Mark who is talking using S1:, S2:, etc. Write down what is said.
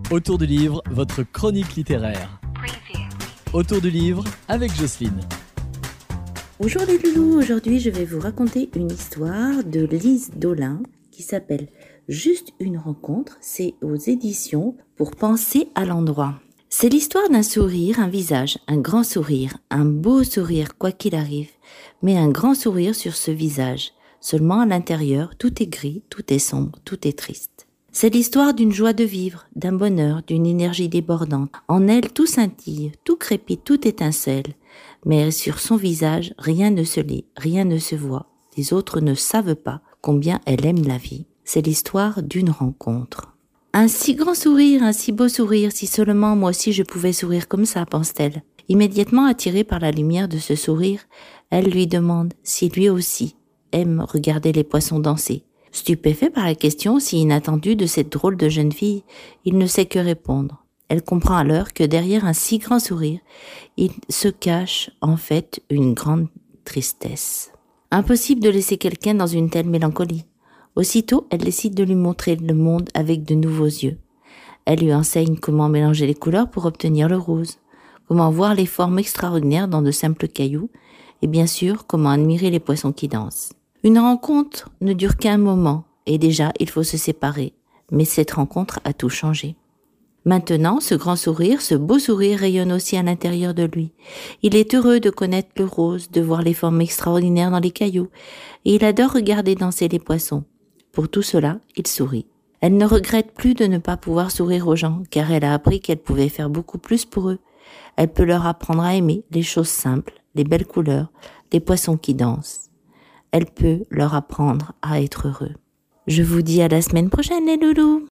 S1: Autour du livre, votre chronique littéraire. Autour du livre avec Jocelyne.
S2: Bonjour les loulous, aujourd'hui je vais vous raconter une histoire de Lise Dolin qui s'appelle Juste une rencontre, c'est aux éditions Pour penser à l'endroit. C'est l'histoire d'un sourire, un visage, un grand sourire, un beau sourire quoi qu'il arrive, mais un grand sourire sur ce visage. Seulement à l'intérieur, tout est gris, tout est sombre, tout est triste. C'est l'histoire d'une joie de vivre, d'un bonheur, d'une énergie débordante. En elle, tout scintille, tout crépite, tout étincelle. Mais sur son visage, rien ne se lit, rien ne se voit. Les autres ne savent pas combien elle aime la vie. C'est l'histoire d'une rencontre. Un si grand sourire, un si beau sourire, si seulement moi aussi je pouvais sourire comme ça, pense-t-elle. Immédiatement attirée par la lumière de ce sourire, elle lui demande si lui aussi aime regarder les poissons danser. Stupéfait par la question si inattendue de cette drôle de jeune fille, il ne sait que répondre. Elle comprend alors que derrière un si grand sourire, il se cache en fait une grande tristesse. Impossible de laisser quelqu'un dans une telle mélancolie. Aussitôt, elle décide de lui montrer le monde avec de nouveaux yeux. Elle lui enseigne comment mélanger les couleurs pour obtenir le rose, comment voir les formes extraordinaires dans de simples cailloux, et bien sûr, comment admirer les poissons qui dansent. Une rencontre ne dure qu'un moment, et déjà il faut se séparer. Mais cette rencontre a tout changé. Maintenant, ce grand sourire, ce beau sourire rayonne aussi à l'intérieur de lui. Il est heureux de connaître le rose, de voir les formes extraordinaires dans les cailloux, et il adore regarder danser les poissons. Pour tout cela, il sourit. Elle ne regrette plus de ne pas pouvoir sourire aux gens, car elle a appris qu'elle pouvait faire beaucoup plus pour eux. Elle peut leur apprendre à aimer les choses simples, les belles couleurs, les poissons qui dansent. Elle peut leur apprendre à être heureux. Je vous dis à la semaine prochaine les loulous.